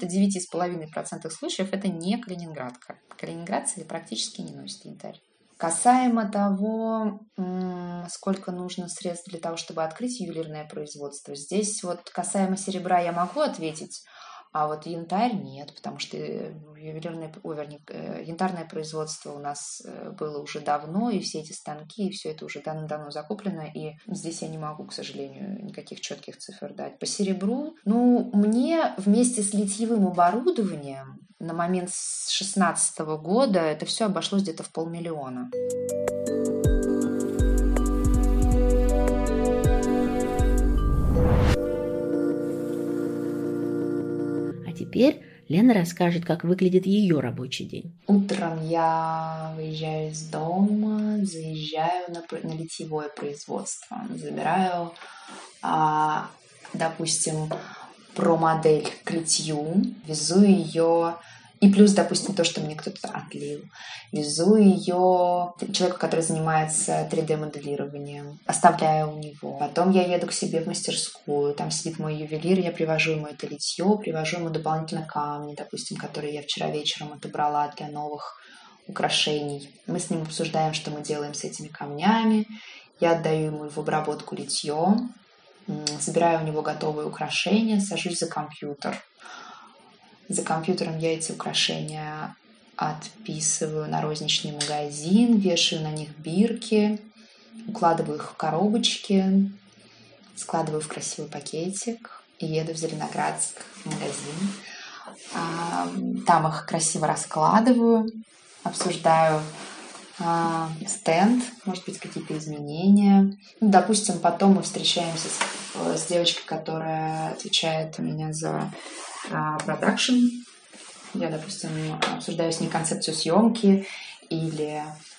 99,5% случаев это не калининградка. Калининградцы практически не носят янтарь. Касаемо того, сколько нужно средств для того, чтобы открыть ювелирное производство, здесь вот касаемо серебра я могу ответить, а вот янтарь нет, потому что янтарное производство у нас было уже давно, и все эти станки, и все это уже давно закуплено, и здесь я не могу, к сожалению, никаких четких цифр дать. По серебру, мне вместе с литьевым оборудованием на момент с 2016 года это все обошлось где-то в 500 000. Теперь Лена расскажет, как выглядит ее рабочий день. Утром я выезжаю из дома, заезжаю на литьевое производство, забираю, допустим, про-модель к литью, везу ее, и плюс, допустим, то, что мне кто-то отлил, везу ее человеку, который занимается 3D-моделированием, оставляю у него. Потом я еду к себе в мастерскую, там сидит мой ювелир, я привожу ему это литье, привожу ему дополнительно камни, допустим, которые я вчера вечером отобрала для новых украшений. Мы с ним обсуждаем, что мы делаем с этими камнями. Я отдаю ему в обработку литье, забираю у него готовые украшения, сажусь за компьютер. За компьютером я эти украшения отписываю на розничный магазин, вешаю на них бирки, укладываю их в коробочки, складываю в красивый пакетик и еду в Зеленоградск в магазин. Там их красиво раскладываю, обсуждаю стенд, может быть, какие-то изменения. Допустим, потом мы встречаемся с девочкой, которая отвечает у меня за продакшн. Я, допустим, обсуждаю с ней концепцию съемки или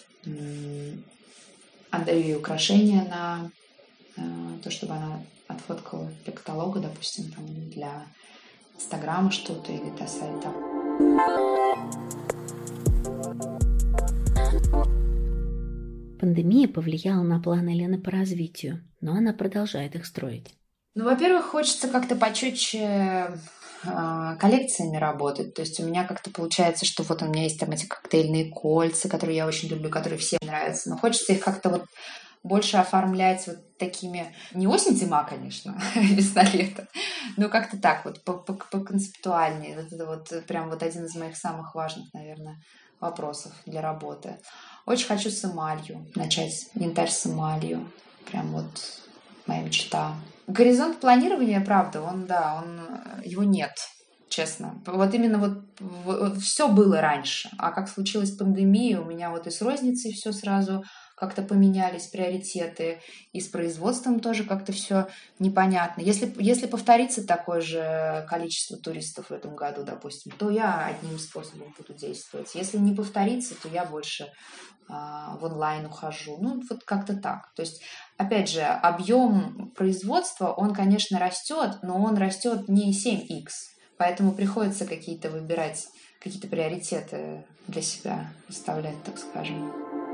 отдаю ей украшения на то, чтобы она отфоткала для каталога, допустим, там, для Инстаграма что-то или для сайта. Пандемия повлияла на планы Лены по развитию, но она продолжает их строить. Ну, во-первых, хочется как-то почетче коллекциями работать. То есть у меня как-то получается, что вот у меня есть там эти коктейльные кольца, которые я очень люблю, которые всем нравятся. Но хочется их как-то вот больше оформлять вот такими... Не осень-зима, конечно, весна-лето, но как-то так вот, по-концептуальнее. Это вот прям вот один из моих самых важных, наверное, вопросов для работы. Очень хочу с эмалью начать, янтарь с эмалью. Прям вот моя мечта. Горизонт планирования, правда, его нет, честно. Вот именно вот все было раньше. А как случилась пандемия, у меня вот и с розницей все сразу как-то поменялись приоритеты, и с производством тоже как-то все непонятно. Если повторится такое же количество туристов в этом году, допустим, то я одним способом буду действовать. Если не повторится, то я больше в онлайн ухожу. Ну, вот как-то так. То есть, опять же, объем производства, он, конечно, растет, но он растет не 7х. Поэтому приходится какие-то выбирать, какие-то приоритеты для себя выставлять, так скажем.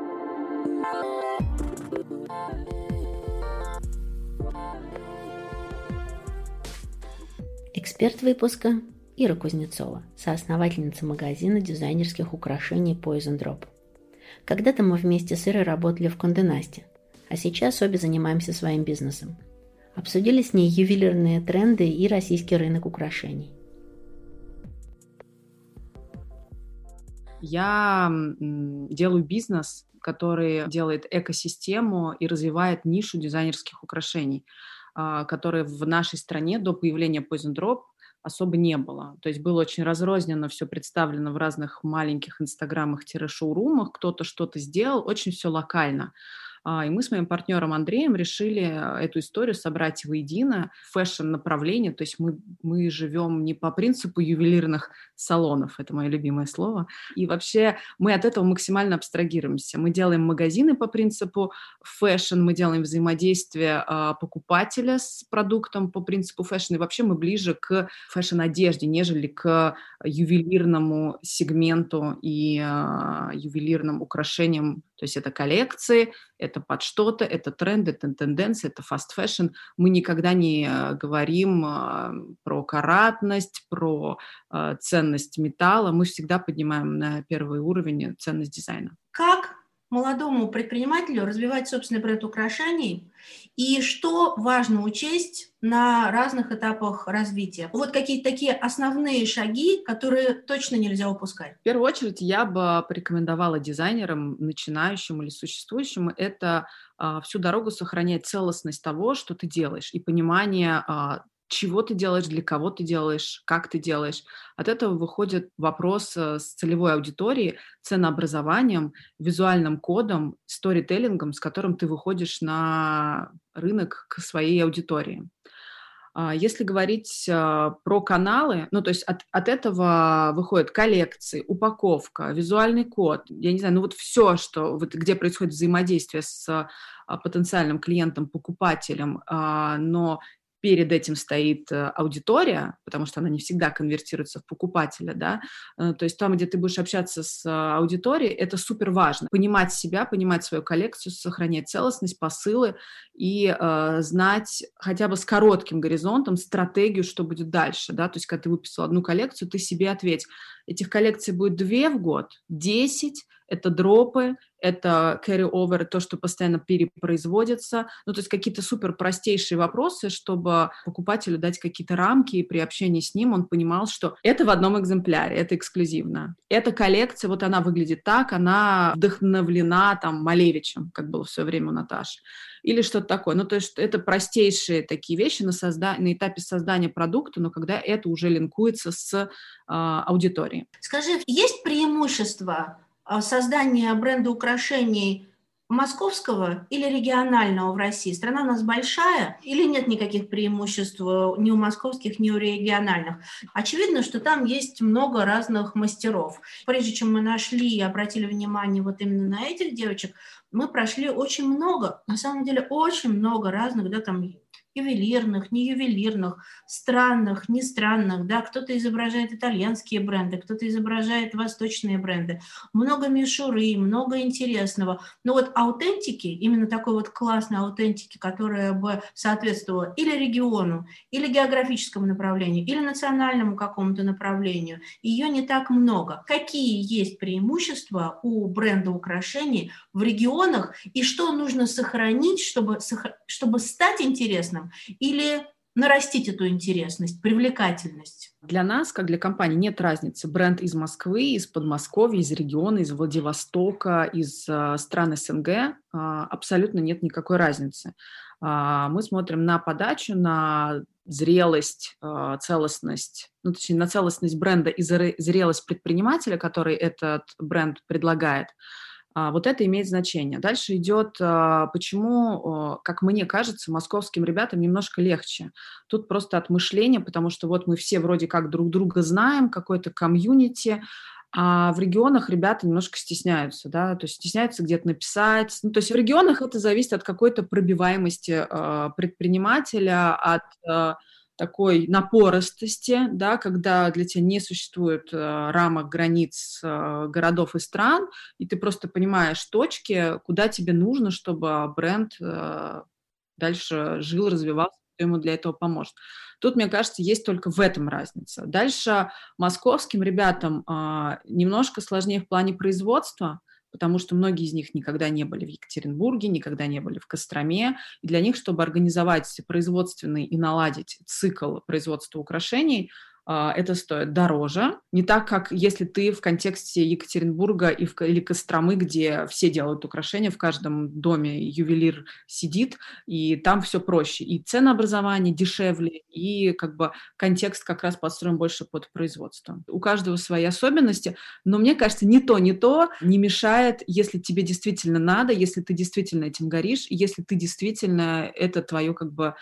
Эксперт выпуска Ира Кузнецова, соосновательница магазина дизайнерских украшений Poison Drop. Когда-то мы вместе с Ирой работали в Кондэ Насте, а сейчас обе занимаемся своим бизнесом. Обсудили с ней ювелирные тренды и российский рынок украшений. Я делаю бизнес, который делает экосистему и развивает нишу дизайнерских украшений, которые в нашей стране до появления Poison Drop особо не было. То есть было очень разрозненно все представлено в разных маленьких инстаграмах-шоурумах, кто-то что-то сделал, очень все локально. И мы с моим партнером Андреем решили эту историю собрать воедино в фэшн-направлении. То есть мы живем не по принципу ювелирных салонов, это мое любимое слово, и вообще мы от этого максимально абстрагируемся. Мы делаем магазины по принципу фэшн, мы делаем взаимодействие покупателя с продуктом по принципу фэшн, и вообще мы ближе к фэшн-одежде, нежели к ювелирному сегменту и ювелирным украшениям. То есть это коллекции, это под что-то, это тренды, это тенденции, это fast fashion. Мы никогда не говорим про каратность, про ценность металла. Мы всегда поднимаем на первый уровень ценность дизайна. Как молодому предпринимателю развивать собственный бренд украшений и что важно учесть на разных этапах развития? Вот какие-то такие основные шаги, которые точно нельзя упускать. В первую очередь я бы порекомендовала дизайнерам, начинающим или существующим, это всю дорогу сохранять целостность того, что ты делаешь, и понимание, чего ты делаешь, для кого ты делаешь, как ты делаешь. От этого выходит вопрос с целевой аудиторией, ценообразованием, визуальным кодом, сторителлингом, с которым ты выходишь на рынок к своей аудитории. Если говорить про каналы, ну, то есть от этого выходят коллекции, упаковка, визуальный код, я не знаю, ну, вот все, что, вот, где происходит взаимодействие с потенциальным клиентом, покупателем, но перед этим стоит аудитория, потому что она не всегда конвертируется в покупателя, да, то есть там, где ты будешь общаться с аудиторией, это супер важно. Понимать себя, понимать свою коллекцию, сохранять целостность, посылы и знать хотя бы с коротким горизонтом стратегию, что будет дальше, да, то есть когда ты выписал одну коллекцию, ты себе ответь, этих коллекций будет 2 в год, 10, это дропы, это carry-over, то, что постоянно перепроизводится. Ну, то есть какие-то супер простейшие вопросы, чтобы покупателю дать какие-то рамки, и при общении с ним он понимал, что это в одном экземпляре, это эксклюзивно. Эта коллекция, вот она выглядит так, она вдохновлена там Малевичем, как было в свое время у Наташи, или что-то такое. Ну, то есть это простейшие такие вещи на этапе создания продукта, но когда это уже линкуется с аудиторией. Скажи, есть преимущество создания бренда украшений московского или регионального в России? Страна у нас большая или нет никаких преимуществ ни у московских, ни у региональных? Очевидно, что там есть много разных мастеров. Прежде чем мы нашли и обратили внимание вот именно на этих девочек, мы прошли очень много, на самом деле очень много разных, да, там ювелирных, не ювелирных, странных, не странных, да, кто-то изображает итальянские бренды, кто-то изображает восточные бренды, много мишуры, много интересного, но вот аутентики, именно такой вот классной аутентики, которая бы соответствовала или региону, или географическому направлению, или национальному какому-то направлению, ее не так много. Какие есть преимущества у бренда украшений в регионах и что нужно сохранить, чтобы стать интересным или нарастить эту интересность, привлекательность? Для нас, как для компании, нет разницы. Бренд из Москвы, из Подмосковья, из региона, из Владивостока, из стран СНГ абсолютно нет никакой разницы. Мы смотрим на подачу, на зрелость, целостность, ну, точнее, на целостность бренда и зрелость предпринимателя, который этот бренд предлагает. Вот это имеет значение. Дальше идет, почему, как мне кажется, московским ребятам немножко легче. Тут просто от мышления, потому что вот мы все вроде как друг друга знаем, какой-то комьюнити, а в регионах ребята немножко стесняются, да, то есть стесняются где-то написать. Ну, то есть в регионах это зависит от какой-то пробиваемости предпринимателя, от такой напористости, да, когда для тебя не существует рамок, границ городов и стран, и ты просто понимаешь точки, куда тебе нужно, чтобы бренд дальше жил, развивался, кто ему для этого поможет. Тут, мне кажется, есть только в этом разница. Дальше московским ребятам немножко сложнее в плане производства, потому что многие из них никогда не были в Екатеринбурге, никогда не были в Костроме. И для них, чтобы организовать производственный и наладить цикл производства украшений, это стоит дороже. Не так, как если ты в контексте Екатеринбурга или Костромы, где все делают украшения, в каждом доме ювелир сидит, и там все проще. И ценообразование дешевле, и как бы контекст как раз подстроен больше под производство. У каждого свои особенности, но мне кажется, ни то не мешает, если тебе действительно надо, если ты действительно этим горишь, если ты действительно, это твое как бы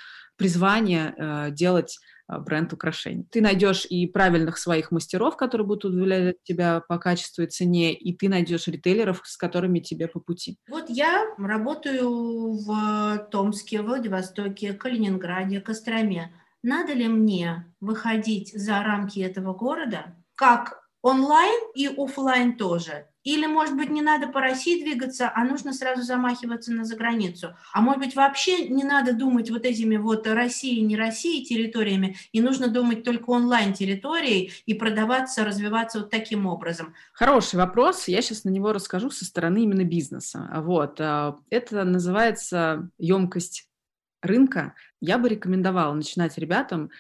призвание делать бренд украшений. Ты найдешь и правильных своих мастеров, которые будут удовлетворять тебя по качеству и цене, и ты найдешь ритейлеров, с которыми тебе по пути. Вот я работаю в Томске, Владивостоке, Калининграде, Костроме. Надо ли мне выходить за рамки этого города, как онлайн и офлайн тоже? Или, может быть, не надо по России двигаться, а нужно сразу замахиваться на заграницу? А может быть, вообще не надо думать вот этими вот Россией, не Россией территориями, и нужно думать только онлайн-территорией и продаваться, развиваться вот таким образом? Хороший вопрос. Я сейчас на него расскажу со стороны именно бизнеса. Вот. Это называется емкость рынка. Я бы рекомендовала начинать ребятам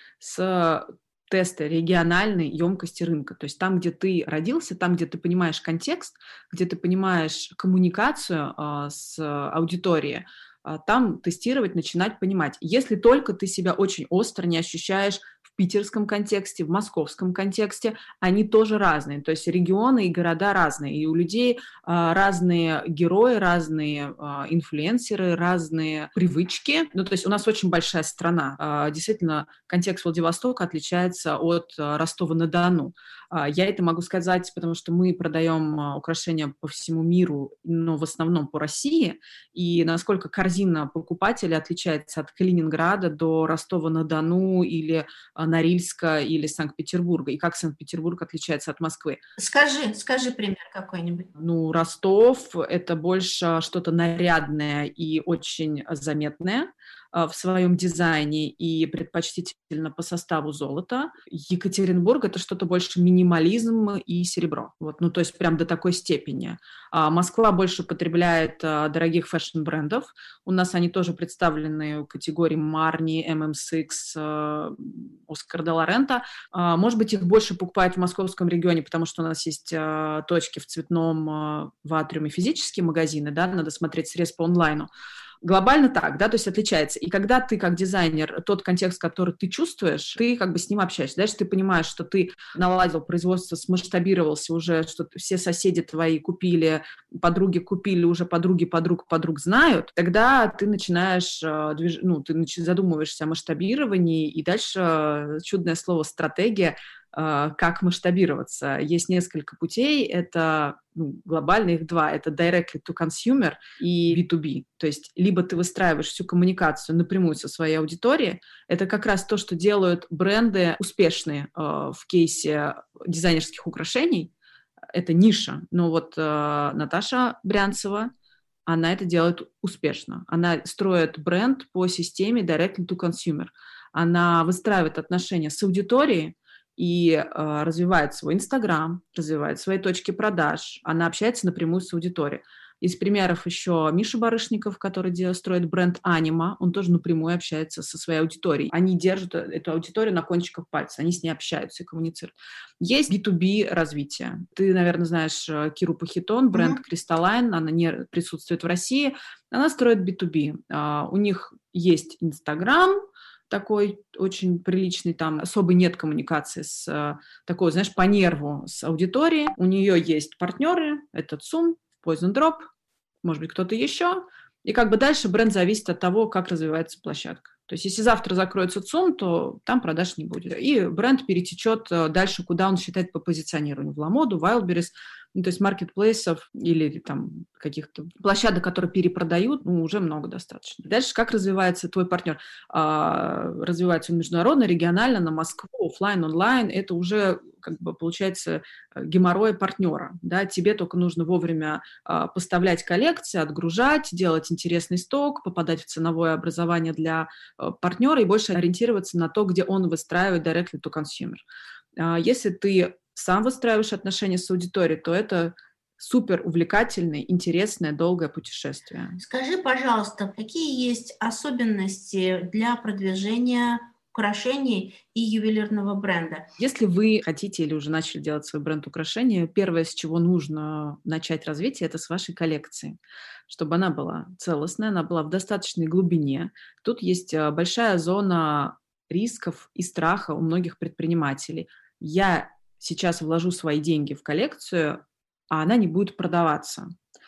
с теста региональной емкости рынка. То есть там, где ты родился, там, где ты понимаешь контекст, где ты понимаешь коммуникацию с аудиторией, там тестировать, начинать понимать. Если только ты себя очень остро не ощущаешь в питерском контексте, в московском контексте, они тоже разные. То есть регионы и города разные. И у людей разные герои, разные инфлюенсеры, разные привычки. Ну, то есть у нас очень большая страна. Действительно, контекст Владивостока отличается от Ростова-на-Дону. Я это могу сказать, потому что мы продаем украшения по всему миру, но в основном по России. И насколько корзина покупателей отличается от Калининграда до Ростова-на-Дону или Норильска или Санкт-Петербурга, и как Санкт-Петербург отличается от Москвы. Скажи пример какой-нибудь. Ну, Ростов – это больше что-то нарядное и очень заметное в своем дизайне и предпочтительно по составу золота. Екатеринбург – это что-то больше минимализм и серебро. Вот, ну, то есть прям до такой степени. Москва больше потребляет дорогих фэшн-брендов. У нас они тоже представлены в категории Марни, MMSX, Оскар де ла Рента. Может быть, их больше покупают в московском регионе, потому что у нас есть точки в Цветном, в Атриуме, физические магазины, да, надо смотреть срез по онлайну. Глобально так, да, то есть отличается. И когда ты как дизайнер, тот контекст, который ты чувствуешь, ты как бы с ним общаешься. Дальше ты понимаешь, что ты наладил производство, смасштабировался уже, что все соседи твои купили, подруги купили, уже подруги подруг знают, тогда ты начинаешь, ты задумываешься о масштабировании, и дальше чудное слово «стратегия» как масштабироваться. Есть несколько путей, это глобально их два, это directly to consumer и B2B. То есть либо ты выстраиваешь всю коммуникацию напрямую со своей аудиторией, это как раз то, что делают бренды успешные в кейсе дизайнерских украшений, это ниша. Но вот Наташа Брянцева, она это делает успешно. Она строит бренд по системе directly to consumer. Она выстраивает отношения с аудиторией и развивает свой Инстаграм, развивает свои точки продаж. Она общается напрямую с аудиторией. Из примеров еще Миша Барышников, который строит бренд Anima, он тоже напрямую общается со своей аудиторией. Они держат эту аудиторию на кончиках пальца, они с ней общаются и коммуницируют. Есть B2B развитие. Ты, наверное, знаешь Киру Пахитон, бренд Crystalline, она не присутствует в России, она строит B2B. У них есть Инстаграм, такой очень приличный, там особо нет коммуникации с такой, знаешь, по нерву с аудиторией. У нее есть партнеры, это ЦУМ, Poison Drop, может быть, кто-то еще. И как бы дальше бренд зависит от того, как развивается площадка. То есть если завтра закроется ЦУМ, то там продаж не будет. И бренд перетечет дальше, куда он считает по позиционированию. В Ламоду, Wildberries, то есть маркетплейсов или там каких-то площадок, которые перепродают, уже много достаточно. Дальше как развивается твой партнер? Развивается он международно, регионально, на Москву, офлайн, онлайн. Это уже как бы получается геморрой партнера. Да? Тебе только нужно вовремя поставлять коллекции, отгружать, делать интересный сток, попадать в ценовое образование для партнера и больше ориентироваться на то, где он выстраивает directly to consumer. Если ты сам выстраиваешь отношения с аудиторией, то это супер увлекательное, интересное, долгое путешествие. Скажи, пожалуйста, какие есть особенности для продвижения украшений и ювелирного бренда? Если вы хотите или уже начали делать свой бренд украшений, первое, с чего нужно начать развитие, это с вашей коллекции, чтобы она была целостная, она была в достаточной глубине. Тут есть большая зона рисков и страха у многих предпринимателей. Я сейчас вложу свои деньги в коллекцию, а она не будет продаваться.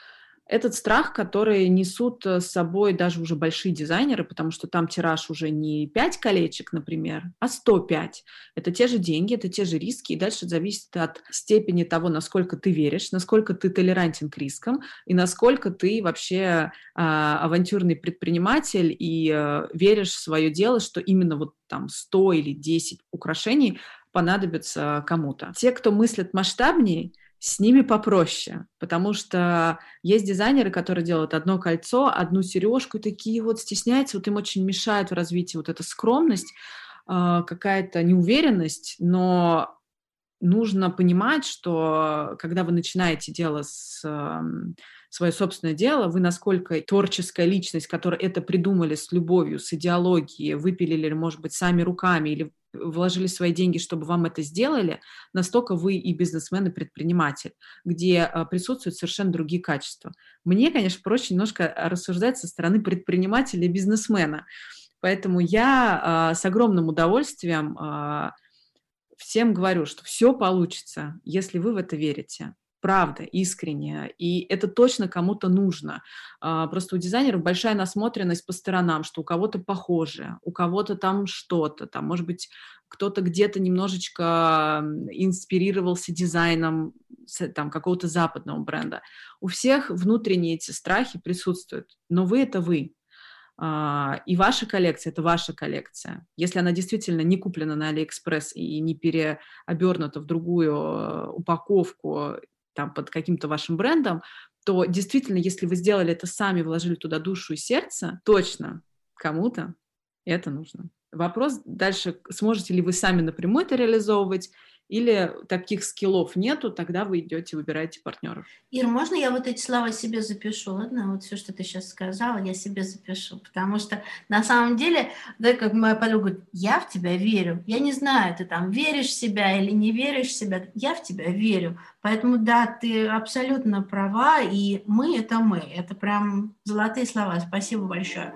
Этот страх, который несут с собой даже уже большие дизайнеры, потому что там тираж уже не 5 колечек, например, а 105. Это те же деньги, это те же риски, и дальше зависит от степени того, насколько ты веришь, насколько ты толерантен к рискам, и насколько ты вообще авантюрный предприниматель и веришь в свое дело, что именно вот там 100 или 10 украшений понадобится кому-то. Те, кто мыслят масштабнее, с ними попроще, потому что есть дизайнеры, которые делают одно кольцо, одну сережку, и такие вот стесняются, вот им очень мешает в развитии вот эта скромность, какая-то неуверенность, но нужно понимать, что когда вы начинаете дело свое собственное дело, вы насколько творческая личность, которая это придумали с любовью, с идеологией, выпилили, может быть, сами руками или вложили свои деньги, чтобы вам это сделали, настолько вы и бизнесмен, и предприниматель, где присутствуют совершенно другие качества. Мне, конечно, проще немножко рассуждать со стороны предпринимателя и бизнесмена. Поэтому я с огромным удовольствием всем говорю, что все получится, если вы в это верите. Правда, искренне, и это точно кому-то нужно. Просто у дизайнеров большая насмотренность по сторонам, что у кого-то похоже, у кого-то там что-то, там, может быть, кто-то где-то немножечко инспирировался дизайном там, какого-то западного бренда. У всех внутренние эти страхи присутствуют, но вы — это вы. И ваша коллекция — это ваша коллекция. Если она действительно не куплена на Алиэкспресс и не переобернута в другую упаковку, там, под каким-то вашим брендом, то действительно, если вы сделали это сами, вложили туда душу и сердце, точно кому-то это нужно. Вопрос дальше, сможете ли вы сами напрямую это реализовывать, или таких скиллов нету, тогда вы идете, выбираете партнеров. Ир, можно я вот эти слова себе запишу? Ладно, вот все, что ты сейчас сказала, я себе запишу, потому что на самом деле, да, как моя подруга говорит, я в тебя верю. Я не знаю, ты там веришь в себя или не веришь в себя, я в тебя верю. Поэтому да, ты абсолютно права, и мы — это мы. Это прям золотые слова. Спасибо большое.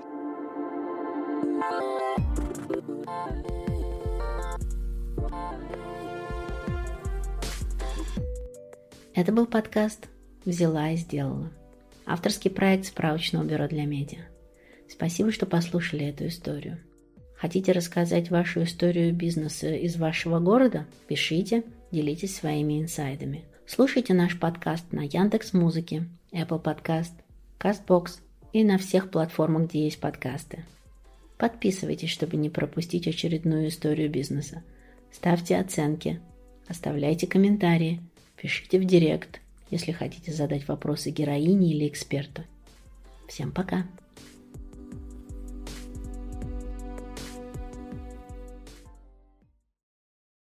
Это был подкаст «Взяла и сделала». Авторский проект справочного бюро для медиа. Спасибо, что послушали эту историю. Хотите рассказать вашу историю бизнеса из вашего города? Пишите, делитесь своими инсайдами. Слушайте наш подкаст на Яндекс.Музыке, Apple Podcast, Castbox и на всех платформах, где есть подкасты. Подписывайтесь, чтобы не пропустить очередную историю бизнеса. Ставьте оценки, оставляйте комментарии, пишите в директ, если хотите задать вопросы героине или эксперту. Всем пока!